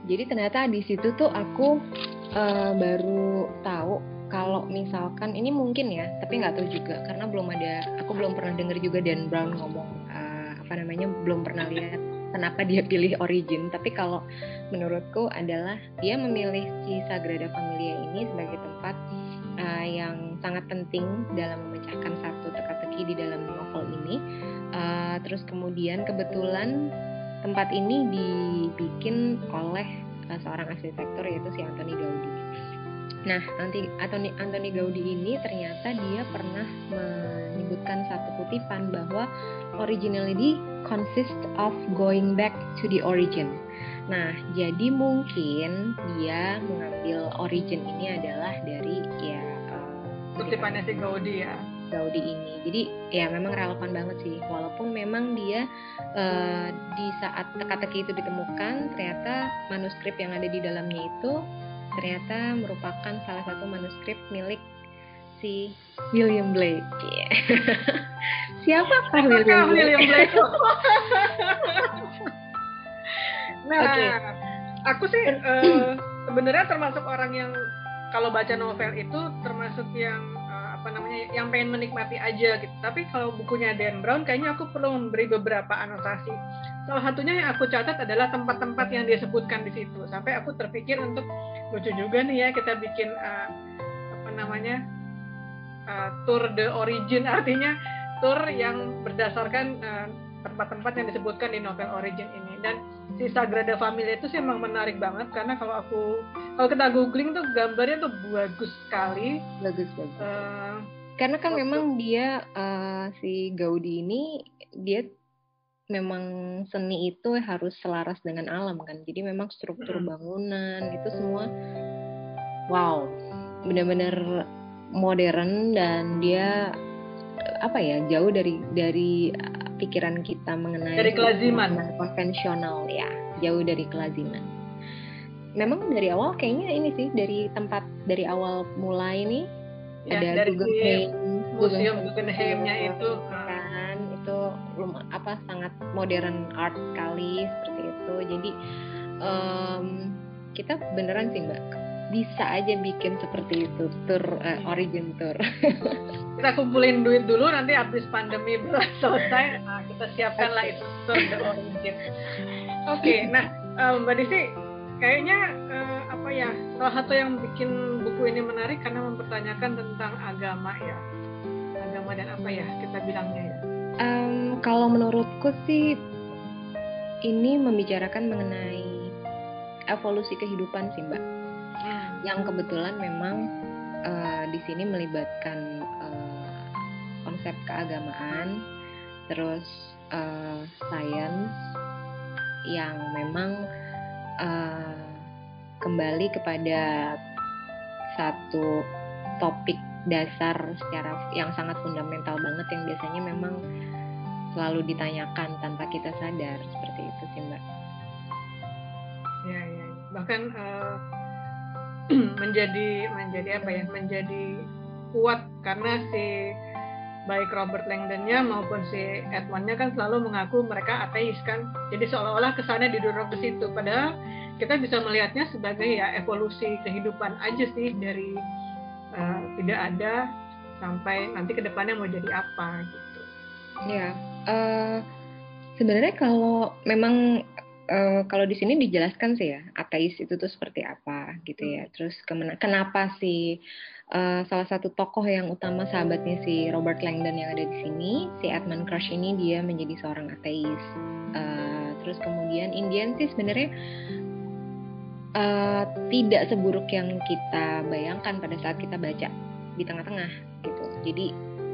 Jadi ternyata di situ tuh aku baru tahu kalau misalkan ini mungkin ya, tapi nggak tahu juga karena aku belum pernah dengar juga Dan Brown ngomong belum pernah lihat kenapa dia pilih Origin. Tapi kalau menurutku adalah dia memilih si Sagrada Familia ini sebagai tempat yang sangat penting dalam memecahkan satu teka-teki di dalam novel ini. Terus kemudian kebetulan tempat ini dibikin oleh seorang arsitektur yaitu si Antoni Gaudi. Nah, Antoni Gaudi ini ternyata dia pernah menyebutkan satu kutipan bahwa originality consists of going back to the origin. Nah, jadi mungkin dia mengambil origin ini adalah dari kutipannya si Gaudi ya. Gaudi ini. Jadi ya memang relevan banget sih. Walaupun memang dia di saat teka-teki itu ditemukan, ternyata manuskrip yang ada di dalamnya itu ternyata merupakan salah satu manuskrip milik si William Blake. Yeah. Siapakah William Blake? Nah, aku sih sebenarnya termasuk orang yang kalau baca novel itu termasuk yang yang pengen menikmati aja gitu. Tapi kalau bukunya Dan Brown kayaknya aku perlu memberi beberapa anotasi. Salah satunya yang aku catat adalah tempat-tempat yang dia sebutkan di situ. Sampai aku terpikir untuk lucu juga nih ya kita bikin tour de origin, artinya tour yang berdasarkan tempat-tempat yang disebutkan di novel Origin ini. Dan si Sagrada Familia itu sih emang menarik banget karena kalau kita googling tuh gambarnya tuh bagus sekali. Bagus. Karena kan memang dia si Gaudi ini dia memang seni itu harus selaras dengan alam kan. Jadi memang struktur bangunan itu semua wow, benar-benar modern dan dia jauh dari pikiran kita mengenai dari kelaziman konvensional ya, jauh dari kelaziman. Memang dari awal kayaknya ini sih dari awal mulai nih ya, ada Museum Guggenheim-nya itu kan itu sangat modern art sekali seperti itu. Jadi kita beneran sih Mbak bisa aja bikin seperti itu tour origin tour. Kita kumpulin duit dulu, nanti habis pandemi selesai kita siapkan lah itu tour the origin. Oke, nah Mbak Desi kayaknya salah satu yang bikin buku ini menarik karena mempertanyakan tentang agama dan kita bilangnya ya. Kalau menurutku sih ini membicarakan mengenai evolusi kehidupan sih Mbak. Yang kebetulan memang di sini melibatkan konsep keagamaan, terus sains yang memang kembali kepada satu topik dasar yang sangat fundamental banget yang biasanya memang selalu ditanyakan tanpa kita sadar, seperti itu sih Mbak. Ya. Bahkan menjadi kuat karena si baik Robert Langdon-nya maupun si Edmund-nya kan selalu mengaku mereka ateis kan. Jadi seolah-olah kesannya didorong ke situ. Padahal kita bisa melihatnya sebagai ya evolusi kehidupan aja sih dari tidak ada sampai nanti kedepannya mau jadi apa gitu. Ya, sebenarnya kalau memang kalau di sini dijelaskan sih ya ateis itu tuh seperti apa gitu ya. Terus kenapa sih salah satu tokoh yang utama sahabatnya si Robert Langdon yang ada di sini, si Edmund Crush ini dia menjadi seorang ateis. Terus kemudian Indian sih sebenarnya tidak seburuk yang kita bayangkan pada saat kita baca di tengah-tengah gitu. Jadi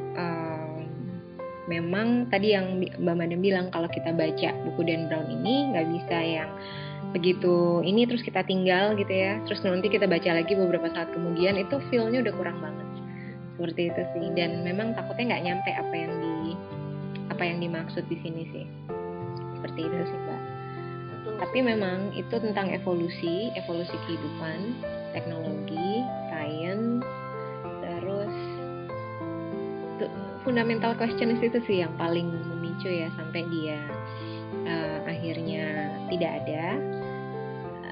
memang tadi yang Mbak Madam bilang kalau kita baca buku Dan Brown ini nggak bisa yang begitu ini terus kita tinggal gitu ya, terus nanti kita baca lagi beberapa saat kemudian itu feel-nya udah kurang banget seperti itu sih. Dan memang takutnya nggak nyampe apa yang dimaksud di sini sih, seperti itu sih Mbak. Tapi memang itu tentang evolusi kehidupan, teknologi, sains, terus fundamental questions itu sih yang paling memicu ya sampai dia akhirnya tidak ada.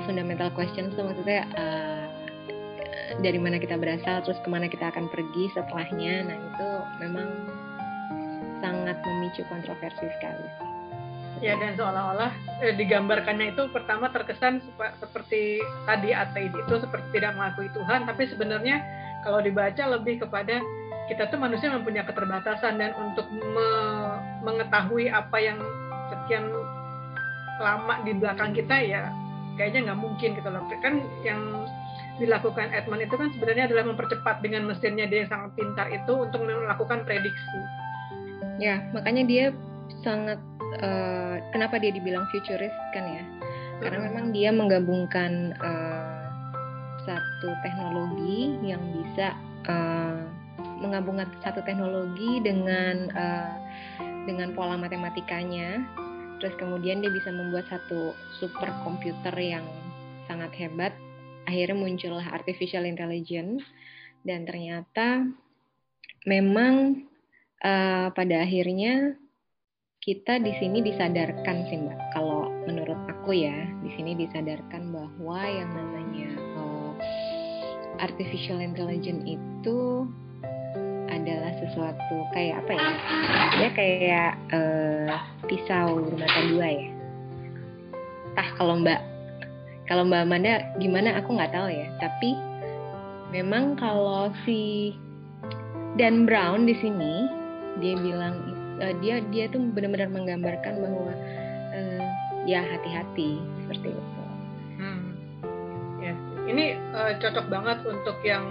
fundamental questions tuh maksudnya dari mana kita berasal, terus kemana kita akan pergi setelahnya. Nah itu memang sangat memicu kontroversi sekali. Ya, dan seolah-olah digambarkannya itu pertama terkesan seperti tadi ateis itu seperti tidak mengakui Tuhan, tapi sebenarnya kalau dibaca lebih kepada kita tuh manusia mempunyai keterbatasan, dan untuk mengetahui apa yang sekian lama di belakang kita ya kayaknya nggak mungkin gitu loh. Kan yang dilakukan Edmund itu kan sebenarnya adalah mempercepat dengan mesinnya dia yang sangat pintar itu untuk melakukan prediksi. Ya, makanya dia sangat kenapa dia dibilang futurist kan ya? Karena memang dia menggabungkan satu teknologi yang bisa menggabungkan satu teknologi dengan pola matematikanya, terus kemudian dia bisa membuat satu super komputer yang sangat hebat. Akhirnya muncullah artificial intelligence, dan ternyata memang pada akhirnya kita di sini disadarkan sih Mbak, kalau menurut aku ya, di sini disadarkan bahwa yang namanya artificial intelligence itu adalah sesuatu kayak apa ya? Ya kayak pisau bermata dua ya. Kalau Mbak Amanda gimana aku nggak tahu ya. Tapi memang kalau si Dan Brown di sini dia bilang dia tuh benar-benar menggambarkan bahwa ya hati-hati seperti itu. Ya, ini cocok banget untuk yang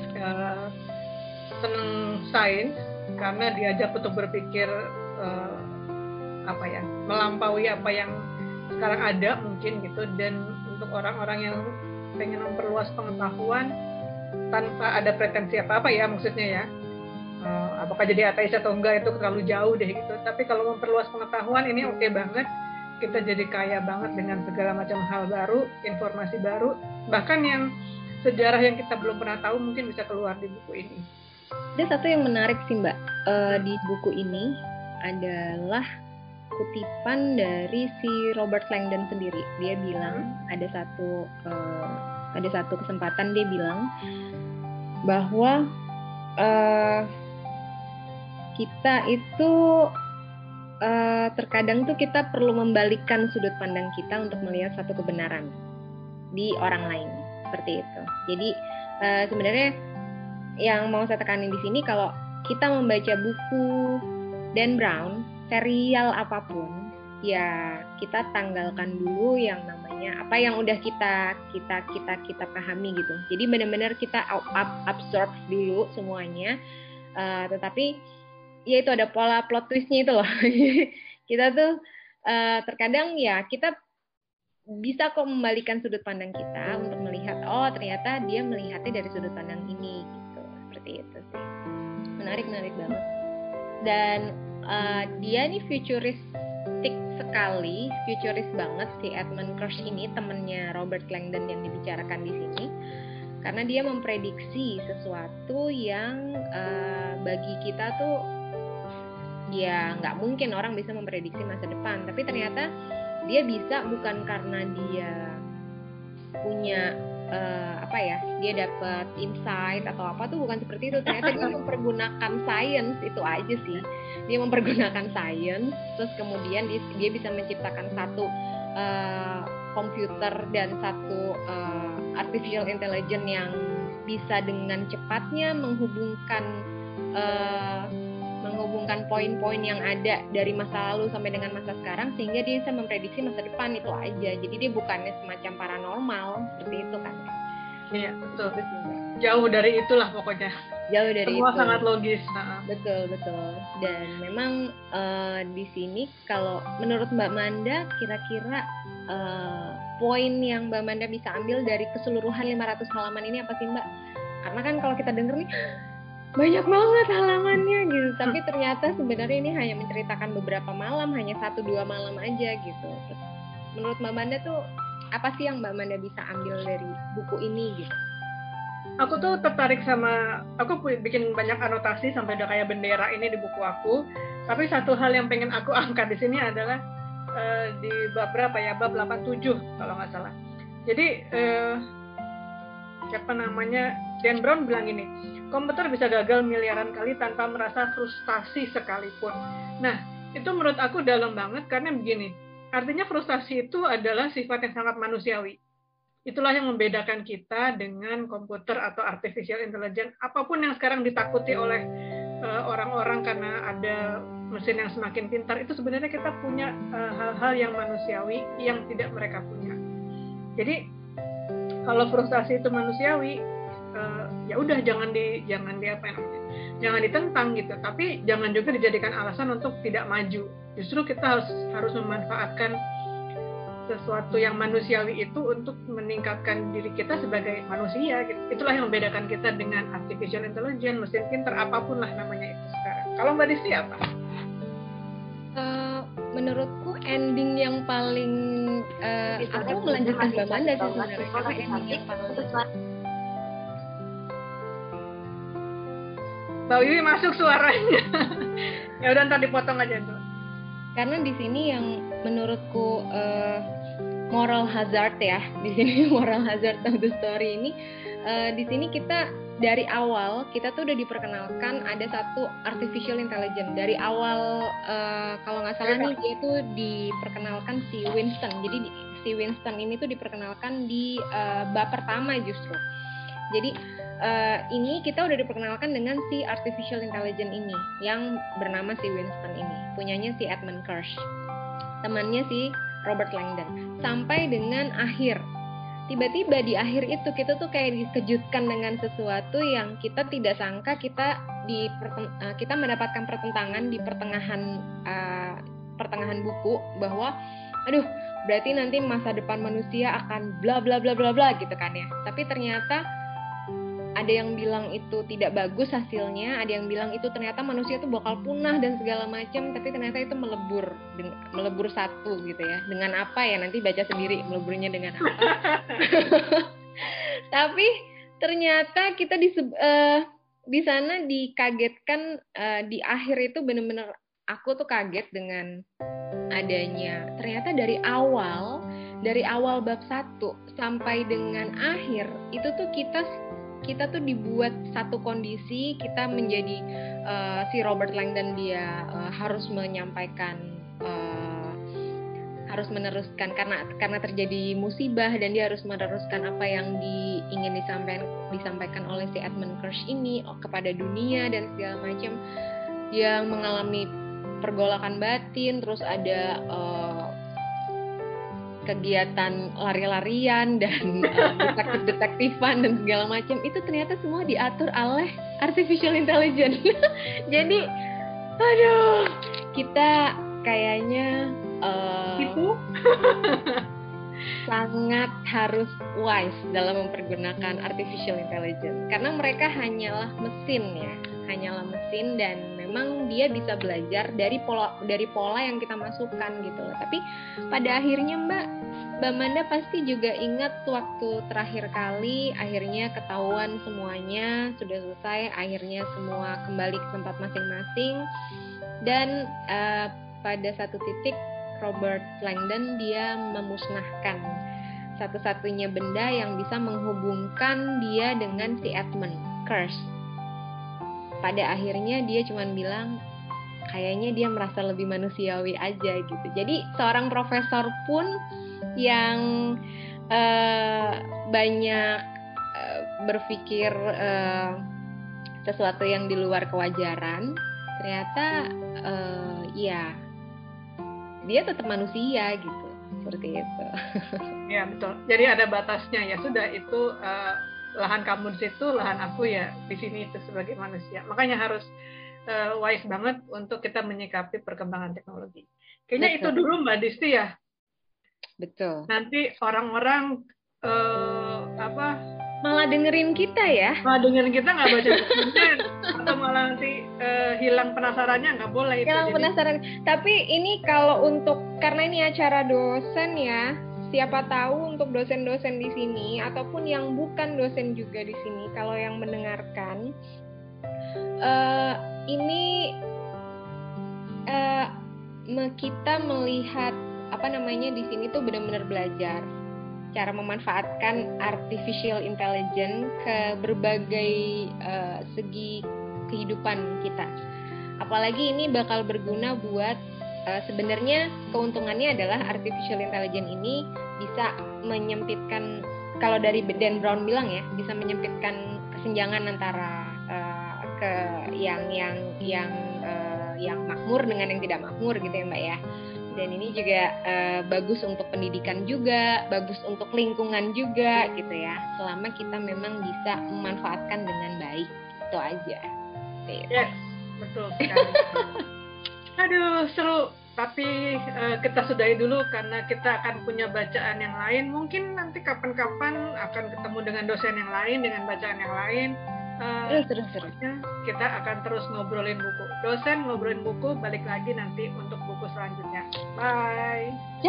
seneng sains, karena diajak untuk berpikir melampaui apa yang sekarang ada mungkin gitu, dan untuk orang-orang yang pengen memperluas pengetahuan tanpa ada pretensi apa-apa ya, maksudnya ya. Apakah jadi ateis atau enggak itu terlalu jauh deh gitu. Tapi kalau memperluas pengetahuan ini oke banget. Kita jadi kaya banget dengan segala macam hal baru, informasi baru, bahkan yang sejarah yang kita belum pernah tahu mungkin bisa keluar di buku ini. Ada satu yang menarik sih Mbak, di buku ini adalah kutipan dari si Robert Langdon sendiri. Dia bilang ada satu kesempatan dia bilang bahwa kita itu terkadang tuh kita perlu membalikkan sudut pandang kita untuk melihat satu kebenaran di orang lain, seperti itu. Jadi sebenarnya yang mau saya tekanin di sini, kalau kita membaca buku Dan Brown, serial apapun, ya kita tanggalkan dulu yang namanya apa yang udah kita pahami gitu. Jadi benar-benar kita absorb dulu semuanya. Tetapi ya itu ada pola plot twistnya itu loh. Kita tuh terkadang ya kita bisa kok membalikan sudut pandang kita untuk melihat, oh ternyata dia melihatnya dari sudut pandang ini gitu. Seperti itu sih. Menarik banget. Dan dia nih futuristik sekali, futuris banget si Edmund Kirsch ini, temennya Robert Langdon yang dibicarakan di sini. Karena dia memprediksi sesuatu yang bagi kita tuh ya nggak mungkin orang bisa memprediksi masa depan, tapi ternyata dia bisa bukan karena dia punya dia dapat insight atau apa tuh, bukan seperti itu. Ternyata dia mempergunakan science itu aja sih. Dia mempergunakan science, terus kemudian dia bisa menciptakan satu komputer dan satu artificial intelligence yang bisa dengan cepatnya menghubungkan poin-poin yang ada dari masa lalu sampai dengan masa sekarang, sehingga dia bisa memprediksi masa depan itu aja. Jadi dia bukannya semacam paranormal seperti itu kan. Iya, betul. Jauh dari itulah pokoknya. Jauh dari semua itu. Sangat logis. Betul. Dan memang di sini kalau menurut Mbak Manda, kira-kira poin yang Mbak Manda bisa ambil dari keseluruhan 500 halaman ini apa sih Mbak? Karena kan kalau kita denger nih banyak banget halamannya gitu, tapi ternyata sebenarnya ini hanya menceritakan beberapa malam, hanya 1-2 malam aja gitu. Terus, menurut Mbak Manda tuh apa sih yang Mbak Manda bisa ambil dari buku ini gitu? Aku tuh tertarik aku bikin banyak anotasi sampai udah kayak bendera ini di buku aku. Tapi satu hal yang pengen aku angkat di sini adalah di bab berapa ya, bab 87 kalau nggak salah. Jadi siapa namanya, Dan Brown bilang ini, komputer bisa gagal miliaran kali tanpa merasa frustasi sekalipun. Nah, itu menurut aku dalam banget, karena begini, artinya frustasi itu adalah sifat yang sangat manusiawi. Itulah yang membedakan kita dengan komputer atau artificial intelligence. Apapun yang sekarang ditakuti oleh orang-orang karena ada mesin yang semakin pintar, itu sebenarnya kita punya hal-hal yang manusiawi yang tidak mereka punya. Jadi kalau frustasi itu manusiawi, ya udah jangan ditentang gitu, tapi jangan juga dijadikan alasan untuk tidak maju. Justru kita harus memanfaatkan sesuatu yang manusiawi itu untuk meningkatkan diri kita sebagai manusia gitu. Itulah yang membedakan kita dengan artificial intelligence, mesin pintar, apapun lah namanya itu sekarang. Kalau Mbak Disti apa? Menurutku ending yang paling aku melanjutkan Mbak Manda sih sebenarnya, karena ending yang paling Mbak Wiwi masuk suaranya. Ya udah ntar dipotong aja tuh. Karena di sini yang menurutku moral hazard ya, di sini moral hazard of the story ini, di sini kita dari awal kita tuh udah diperkenalkan ada satu artificial intelligence dari awal. Kalau nggak salah nih dia tuh diperkenalkan si Winston. Jadi si Winston ini tuh diperkenalkan di bab pertama justru. Jadi ini kita udah diperkenalkan dengan si artificial intelligence ini yang bernama si Winston ini, punyanya si Edmund Kirsch, temannya si Robert Langdon, sampai dengan akhir. Tiba-tiba di akhir itu kita tuh kayak dikejutkan dengan sesuatu yang kita tidak sangka. Kita mendapatkan pertentangan di pertengahan buku bahwa aduh, berarti nanti masa depan manusia akan bla bla bla bla bla gitu kan ya. Tapi ternyata ada yang bilang itu tidak bagus hasilnya, ada yang bilang itu ternyata manusia itu bakal punah dan segala macam, tapi ternyata itu melebur satu gitu ya. Dengan apa ya, nanti baca sendiri meleburnya dengan apa. Tapi ternyata kita di sana dikagetkan, di akhir itu benar-benar aku tuh kaget dengan adanya ternyata dari awal bab 1 sampai dengan akhir itu tuh kita tuh dibuat satu kondisi, kita menjadi si Robert Langdon dia harus harus meneruskan karena terjadi musibah dan dia harus meneruskan apa yang ingin disampaikan oleh si Edmund Kirsch ini kepada dunia dan segala macam. Dia mengalami pergolakan batin, terus ada kegiatan lari-larian dan detektif-detektifan dan segala macam, itu ternyata semua diatur oleh artificial intelligence. Jadi, aduh, kita kayaknya sangat harus wise dalam mempergunakan artificial intelligence karena mereka hanyalah mesin dan memang dia bisa belajar dari pola yang kita masukkan gitu loh. Tapi pada akhirnya Mbak Manda pasti juga ingat waktu terakhir kali akhirnya ketahuan semuanya sudah selesai, akhirnya semua kembali ke tempat masing-masing dan pada satu titik Robert Langdon dia memusnahkan satu-satunya benda yang bisa menghubungkan dia dengan si Edmund Kirsch. Pada akhirnya dia cuma bilang kayaknya dia merasa lebih manusiawi aja gitu. Jadi seorang profesor pun yang banyak berpikir sesuatu yang di luar kewajaran, ternyata ya dia tetap manusia gitu, seperti itu. Ya betul. Jadi ada batasnya ya sudah itu. Lahan kamu di situ, lahan aku ya di sini itu sebagai manusia. Makanya harus wise banget untuk kita menyikapi perkembangan teknologi. Kayaknya betul. Itu dulu Mbak Disti ya. Betul. Nanti orang-orang malah dengerin kita ya. Malah dengerin kita nggak baca dokumen atau malah nanti hilang penasarannya, nggak boleh. Hilang penasaran. Tapi ini kalau karena ini acara dosen ya. Siapa tahu untuk dosen-dosen di sini ataupun yang bukan dosen juga di sini, kalau yang mendengarkan ini kita melihat di sini tuh benar-benar belajar. cara memanfaatkan artificial intelligence ke berbagai segi kehidupan kita. Apalagi ini bakal berguna buat sebenarnya keuntungannya adalah artificial intelligence ini bisa menyempitkan, kalau dari Dan Brown bilang ya, bisa menyempitkan kesenjangan antara ke yang makmur dengan yang tidak makmur gitu ya Mbak ya. Dan ini juga bagus untuk pendidikan juga, bagus untuk lingkungan juga gitu ya. Selama kita memang bisa memanfaatkan dengan baik, itu aja. Yes, betul sekali. Aduh, seru. Tapi kita sudahi dulu karena kita akan punya bacaan yang lain. Mungkin nanti kapan-kapan akan ketemu dengan dosen yang lain, dengan bacaan yang lain. Terus. Kita akan terus ngobrolin buku. Dosen ngobrolin buku, balik lagi nanti untuk buku selanjutnya. Bye.